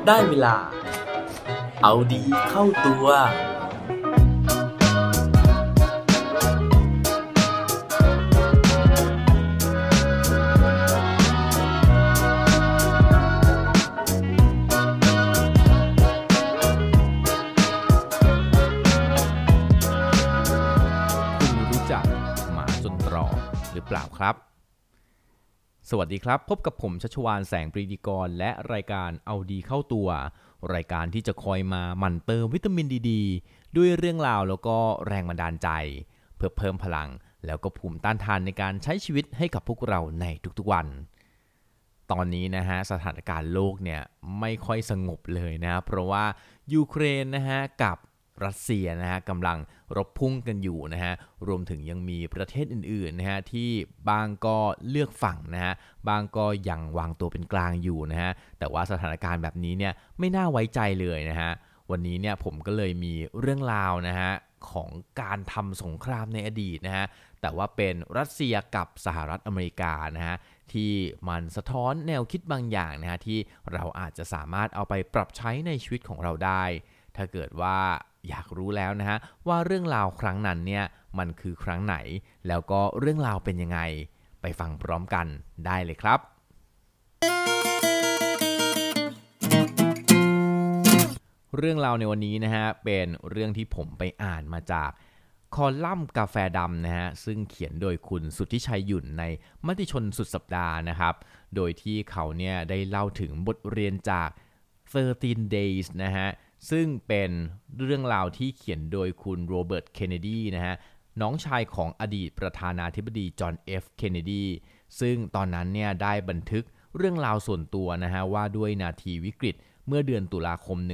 ได้เวลาเอาดีเข้าตัวหรือเปล่าครับสวัสดีครับพบกับผมชัชวาลแสงปรีดีกรและรายการเอาดีเข้าตัวรายการที่จะคอยมาหมั่นเติมวิตามินดีด้วยเรื่องราวแล้วก็แรงบันดาลใจเพื่อเพิ่มพลังแล้วก็ภูมิต้านทานในการใช้ชีวิตให้กับพวกเราในทุกๆวันตอนนี้นะฮะสถานการณ์โลกเนี่ยไม่ค่อยสงบเลยนะเพราะว่ายูเครนนะฮะกับรัสเซียนะฮะกำลังรบพุ่งกันอยู่นะฮะรวมถึงยังมีประเทศอื่นๆนะฮะที่บางก็เลือกฝั่งนะฮะบางก็ยังวางตัวเป็นกลางอยู่นะฮะแต่ว่าสถานการณ์แบบนี้เนี่ยไม่น่าไว้ใจเลยนะฮะวันนี้เนี่ยผมก็เลยมีเรื่องราวนะฮะของการทำสงครามในอดีตนะฮะแต่ว่าเป็นรัสเซียกับสหรัฐอเมริกานะฮะที่มันสะท้อนแนวคิดบางอย่างนะฮะที่เราอาจจะสามารถเอาไปปรับใช้ในชีวิตของเราได้ถ้าเกิดว่าอยากรู้แล้วนะฮะว่าเรื่องราวครั้งนั้นเนี่ยมันคือครั้งไหนแล้วก็เรื่องราวเป็นยังไงไปฟังพร้อมกันได้เลยครับเรื่องราวในวันนี้นะฮะเป็นเรื่องที่ผมไปอ่านมาจากคอลัมน์กาแฟดำนะฮะซึ่งเขียนโดยคุณสุทธิชัยหยุ่นในมติชนสุดสัปดาห์นะครับโดยที่เขาเนี่ยได้เล่าถึงบทเรียนจาก13 days นะฮะซึ่งเป็นเรื่องราวที่เขียนโดยคุณโรเบิร์ตเคนเนดีนะฮะน้องชายของอดีตประธานาธิบดีจอห์นเอฟเคนเนดีซึ่งตอนนั้นเนี่ยได้บันทึกเรื่องราวส่วนตัวนะฮะว่าด้วยนาทีวิกฤตเมื่อเดือนตุลาคม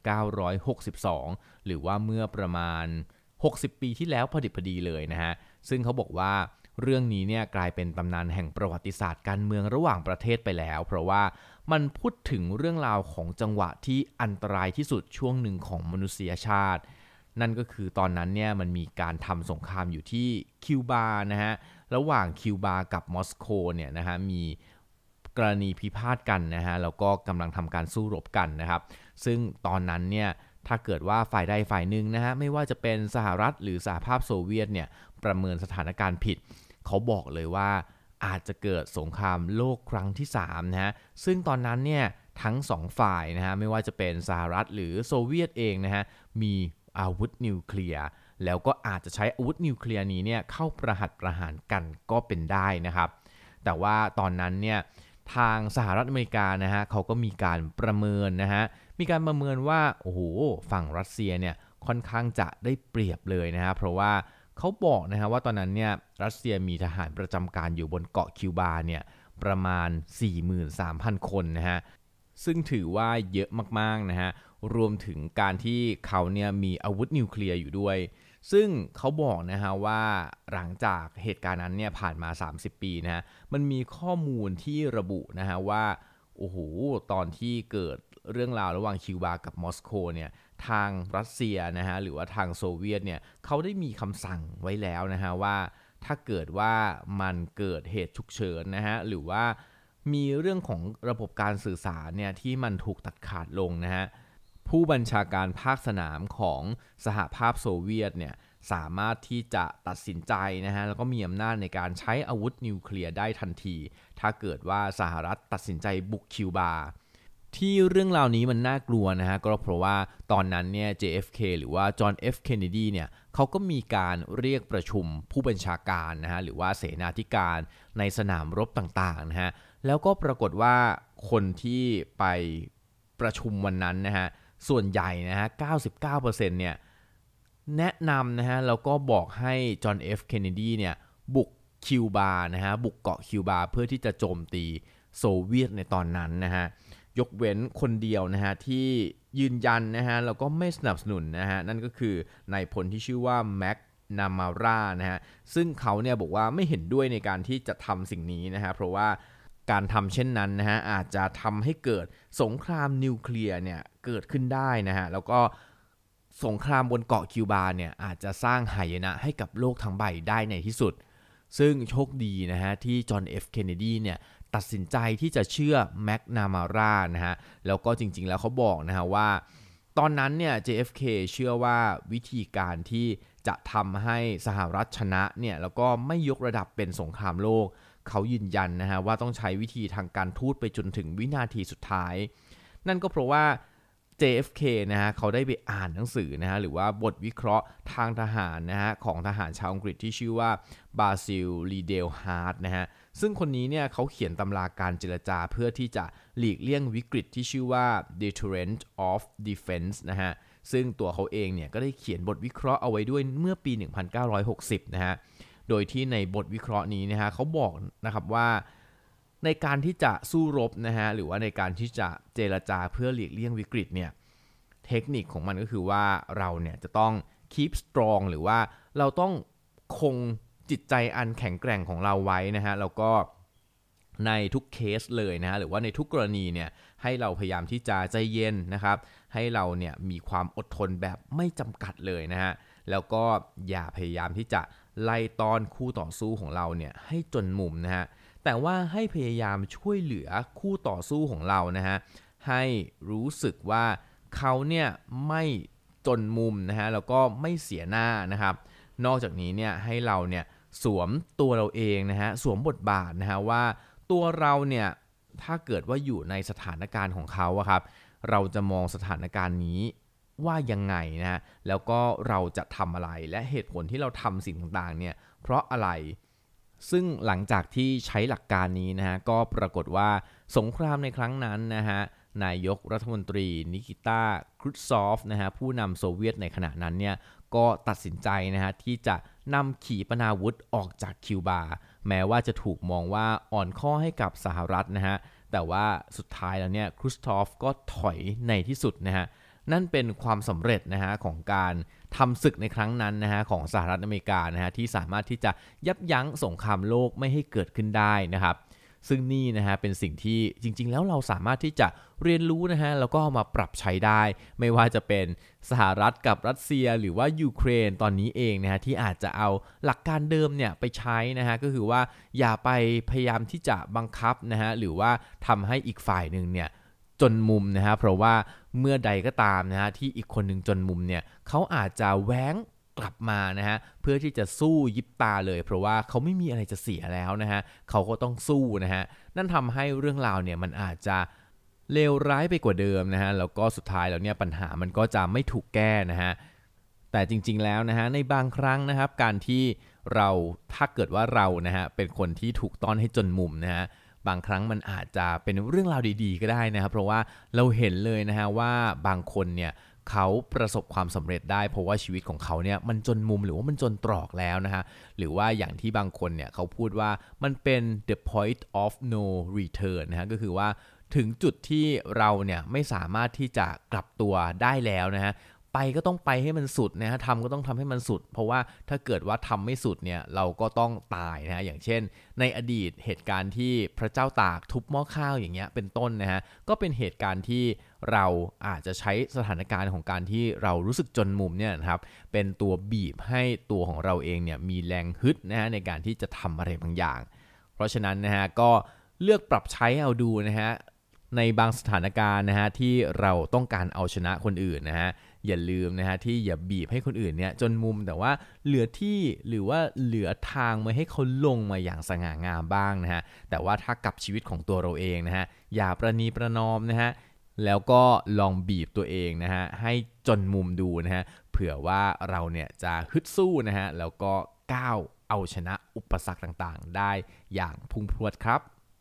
1962หรือว่าเมื่อประมาณ60ปีที่แล้วพอดีเลยนะฮะซึ่งเขาบอกว่าเรื่องนี้เนี่ยกลายเป็นตำนานแห่งประวัติศาสตร์การเมืองระหว่างประเทศไปแล้วเพราะว่ามันพูดถึงเรื่องราวของจังหวะที่อันตรายที่สุดช่วงหนึ่งของมนุษยชาตินั่นก็คือตอนนั้นเนี่ยมันมีการทำสงครามอยู่ที่คิวบานะฮะระหว่างคิวบากับมอสโกเนี่ยนะฮะมีกรณีพิพาทกันนะฮะแล้วก็กำลังทำการสู้รบกันนะครับซึ่งตอนนั้นเนี่ยถ้าเกิดว่าฝ่ายใดฝ่ายหนึ่งนะฮะไม่ว่าจะเป็นสหรัฐหรือสหภาพโซเวียตเนี่ยประเมินสถานการณ์ผิดเขาบอกเลยว่าอาจจะเกิดสงครามโลกครั้งที่3นะฮะซึ่งตอนนั้นเนี่ยทั้ง2ฝ่ายนะฮะไม่ว่าจะเป็นสหรัฐหรือโซเวียตเองนะฮะมีอาวุธนิวเคลียร์แล้วก็อาจจะใช้อาวุธนิวเคลียร์นี้เนี่ยเข้าประหัตประหารกันก็เป็นได้นะครับแต่ว่าตอนนั้นเนี่ยทางสหรัฐอเมริกานะฮะเขาก็มีการประเมินนะฮะมีการประเมินว่าโอ้โหฝั่งรัสเซียเนี่ยค่อนข้างจะได้เปรียบเลยนะฮะเพราะว่าเขาบอกนะฮะว่าตอนนั้นเนี่ยรัสเซียมีทหารประจำการอยู่บนเกาะคิวบาเนี่ยประมาณ 43,000 คนนะฮะซึ่งถือว่าเยอะมากๆนะฮะรวมถึงการที่เขาเนี่ยมีอาวุธนิวเคลียร์อยู่ด้วยซึ่งเขาบอกนะฮะว่าหลังจากเหตุการณ์นั้นเนี่ยผ่านมา30ปีนะฮะมันมีข้อมูลที่ระบุนะฮะว่าโอ้โหตอนที่เกิดเรื่องราวระหว่างคิวบากับมอสโกเนี่ยทางรัสเซียนะฮะหรือว่าทางโซเวียตเนี่ยเขาได้มีคำสั่งไว้แล้วนะฮะว่าถ้าเกิดว่ามันเกิดเหตุฉุกเฉินนะฮะหรือว่ามีเรื่องของระบบการสื่อสารเนี่ยที่มันถูกตัดขาดลงนะฮะผู้บัญชาการภาคสนามของสหภาพโซเวียตเนี่ยสามารถที่จะตัดสินใจนะฮะแล้วก็มีอำนาจในการใช้อาวุธนิวเคลียร์ได้ทันทีถ้าเกิดว่าสหรัฐตัดสินใจบุกคิวบาที่เรื่องราวนี้มันน่ากลัวนะฮะก็เพราะว่าตอนนั้นเนี่ย JFK หรือว่าจอห์น F. Kennedy เนี่ยเขาก็มีการเรียกประชุมผู้บัญชาการนะฮะหรือว่าเสนาธิการในสนามรบต่างๆนะฮะแล้วก็ปรากฏว่าคนที่ไปประชุมวันนั้นนะฮะส่วนใหญ่นะฮะ 99% เนี่ยแนะนำนะฮะแล้วก็บอกให้จอห์น F. Kennedy เนี่ยบุกคิวบานะฮะบุกเกาะคิวบาเพื่อที่จะโจมตีโซเวียตในตอนนั้นนะฮะยกเว้นคนเดียวนะฮะที่ยืนยันนะฮะแล้วก็ไม่สนับสนุนนะฮะนั่นก็คือนายพลที่ชื่อว่าแม็กนามาร่านะฮะซึ่งเขาเนี่ยบอกว่าไม่เห็นด้วยในการที่จะทำสิ่งนี้นะฮะเพราะว่าการทำเช่นนั้นนะฮะอาจจะทำให้เกิดสงครามนิวเคลียร์เนี่ยเกิดขึ้นได้นะฮะแล้วก็สงครามบนเกาะคิวบาเนี่ยอาจจะสร้างหายนะให้กับโลกทั้งใบได้ในที่สุดซึ่งโชคดีนะฮะที่จอห์น F. Kennedy เนี่ยตัดสินใจที่จะเชื่อแม็กนามารานะฮะแล้วก็จริงๆแล้วเขาบอกนะฮะว่าตอนนั้นเนี่ย JFK เชื่อว่าวิธีการที่จะทำให้สหรัฐชนะเนี่ยแล้วก็ไม่ยกระดับเป็นสงครามโลกเขายืนยันนะฮะว่าต้องใช้วิธีทางการทูตไปจนถึงวินาทีสุดท้ายนั่นก็เพราะว่า JFK นะฮะเขาได้ไปอ่านหนังสือนะฮะหรือว่าบทวิเคราะห์ทางทหารนะฮะของทหารชาวอังกฤษที่ชื่อว่าบาซิล ลีเดลฮาร์ดนะฮะซึ่งคนนี้เนี่ยเขาเขียนตำราการเจรจาเพื่อที่จะหลีกเลี่ยงวิกฤตที่ชื่อว่า Deterrent of Defense นะฮะซึ่งตัวเขาเองเนี่ยก็ได้เขียนบทวิเคราะห์เอาไว้ด้วยเมื่อปี 1960 นะฮะโดยที่ในบทวิเคราะห์นี้นะฮะเขาบอกนะครับว่าในการที่จะสู้รบนะฮะหรือว่าในการที่จะเจรจาเพื่อหลีกเลี่ยงวิกฤตเนี่ยเทคนิคของมันก็คือว่าเราเนี่ยจะต้อง keep strong หรือว่าเราต้องคงจิตใจอันแข็งแกร่งของเราไว้นะฮะแล้วก็ในทุกเคสเลยนะฮะหรือว่าในทุกกรณีเนี่ยให้เราพยายามที่จะใจเย็นนะครับให้เราเนี่ยมีความอดทนแบบไม่จำกัดเลยนะฮะแล้วก็อย่าพยายามที่จะไล่ต้อนคู่ต่อสู้ของเราเนี่ยให้จนมุมนะฮะแต่ว่าให้พยายามช่วยเหลือคู่ต่อสู้ของเรานะฮะให้รู้สึกว่าเขาเนี่ยไม่จนมุมนะฮะแล้วก็ไม่เสียหน้านะครับนอกจากนี้เนี่ยให้เราเนี่ยสวมตัวเราเองนะฮะสวมบทบาทนะฮะว่าตัวเราเนี่ยถ้าเกิดว่าอยู่ในสถานการณ์ของเขาอะครับเราจะมองสถานการณ์นี้ว่ายังไงนะฮะแล้วก็เราจะทำอะไรและเหตุผลที่เราทำสิ่งต่างๆเนี่ยเพราะอะไรซึ่งหลังจากที่ใช้หลักการนี้นะฮะก็ปรากฏว่าสงครามในครั้งนั้นนะฮะนายกรัฐมนตรีนิกิตา ครูชชอฟนะฮะผู้นำโซเวียตในขณะนั้นเนี่ยก็ตัดสินใจนะฮะที่จะนำขีปนาวุธออกจากคิวบาแม้ว่าจะถูกมองว่าอ่อนข้อให้กับสหรัฐนะฮะแต่ว่าสุดท้ายแล้วเนี่ยครูชชอฟก็ถอยในที่สุดนะฮะนั่นเป็นความสำเร็จนะฮะของการทำศึกในครั้งนั้นนะฮะของสหรัฐอเมริกานะฮะที่สามารถที่จะยับยั้งสงครามโลกไม่ให้เกิดขึ้นได้นะครับซึ่งนี่นะฮะเป็นสิ่งที่จริงๆแล้วเราสามารถที่จะเรียนรู้นะฮะแล้วก็เอามาปรับใช้ได้ไม่ว่าจะเป็นสหรัฐกับรัสเซียหรือว่ายูเครนตอนนี้เองนะฮะที่อาจจะเอาหลักการเดิมเนี่ยไปใช้นะฮะก็คือว่าอย่าไปพยายามที่จะบังคับนะฮะหรือว่าทำให้อีกฝ่ายหนึ่งเนี่ยจนมุมนะฮะเพราะว่าเมื่อใดก็ตามนะฮะที่อีกคนหนึ่งจนมุมเนี่ยเขาอาจจะแว้งกลับมานะฮะเพื่อที่จะสู้ยิบตาเลยเพราะว่าเขาไม่มีอะไรจะเสียแล้วนะฮะเขาก็ต้องสู้นะฮะนั่นทำให้เรื่องราวเนี่ยมันอาจจะเลวร้ายไปกว่าเดิมนะฮะแล้วก็สุดท้ายแล้วเนี่ยปัญหามันก็จะไม่ถูกแก้นะฮะแต่จริงๆแล้วนะฮะในบางครั้งนะครับการที่เราถ้าเกิดว่าเรานะฮะเป็นคนที่ถูกต้อนให้จนมุมนะฮะบางครั้งมันอาจจะเป็นเรื่องราวดีๆก็ได้นะครับเพราะว่าเราเห็นเลยนะฮะว่าบางคนเนี่ยเขาประสบความสำเร็จได้เพราะว่าชีวิตของเขาเนี่ยมันจนมุมหรือว่ามันจนตรอกแล้วนะฮะหรือว่าอย่างที่บางคนเนี่ยเขาพูดว่ามันเป็น the point of no return นะฮะก็คือว่าถึงจุดที่เราเนี่ยไม่สามารถที่จะกลับตัวได้แล้วนะฮะไปก็ต้องไปให้มันสุดนะฮะทำก็ต้องทำให้มันสุดเพราะว่าถ้าเกิดว่าทำไม่สุดเนี่ยเราก็ต้องตายนะฮะอย่างเช่นในอดีตเหตุการณ์ที่พระเจ้าตากทุบหม้อข้าวอย่างเงี้ยเป็นต้นนะฮะก็เป็นเหตุการณ์ที่เราอาจจะใช้สถานการณ์ของการที่เรารู้สึกจนมุมเนี่ยนะครับเป็นตัวบีบให้ตัวของเราเองเนี่ยมีแรงฮึดนะฮะในการที่จะทำอะไรบางอย่างเพราะฉะนั้นนะฮะก็เลือกปรับใช้เอาดูนะฮะในบางสถานการณ์นะฮะที่เราต้องการเอาชนะคนอื่นนะฮะอย่าลืมนะฮะที่อย่าบีบให้คนอื่นเนี่ยจนมุมแต่ว่าเหลือที่หรือว่าเหลือทางมาให้เขาลงมาอย่างสง่างามบ้างนะฮะแต่ว่าถ้ากับชีวิตของตัวเราเองนะฮะอย่าประนีประนอมนะฮะแล้วก็ลองบีบตัวเองนะฮะให้จนมุมดูนะฮะเผื่อว่าเราเนี่ยจะฮึดสู้นะฮะแล้วก็ก้าวเอาชนะอุปสรรคต่างๆได้อย่างพุ่งพรวดครับ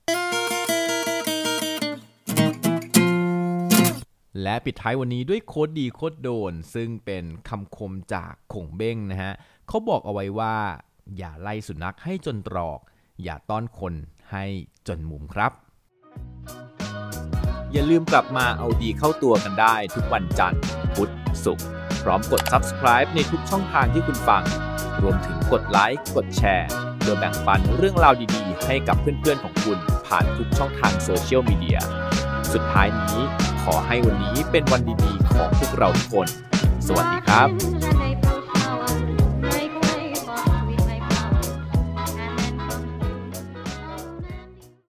และปิดท้ายวันนี้ด้วยโค้ดดีโค้ดโดนซึ่งเป็นคำคมจากข่งเบ้งนะฮะเขาบอกเอาไว้ว่าอย่าไล่สุนัขให้จนตรอกอย่าต้อนคนให้จนมุมครับอย่าลืมกลับมาเอาดีเข้าตัวกันได้ทุกวันจันทร์พุธศุกร์พร้อมกด Subscribe ในทุกช่องทางที่คุณฟังรวมถึงกดไลค์กดแชร์เพื่อแบ่งปันเรื่องราวดีๆให้กับเพื่อนๆของคุณผ่านทุกช่องทางโซเชียลมีเดียสุดท้ายนี้ขอให้วันนี้เป็นวันดีๆของพวกเราทุกคนสวัสดีครับ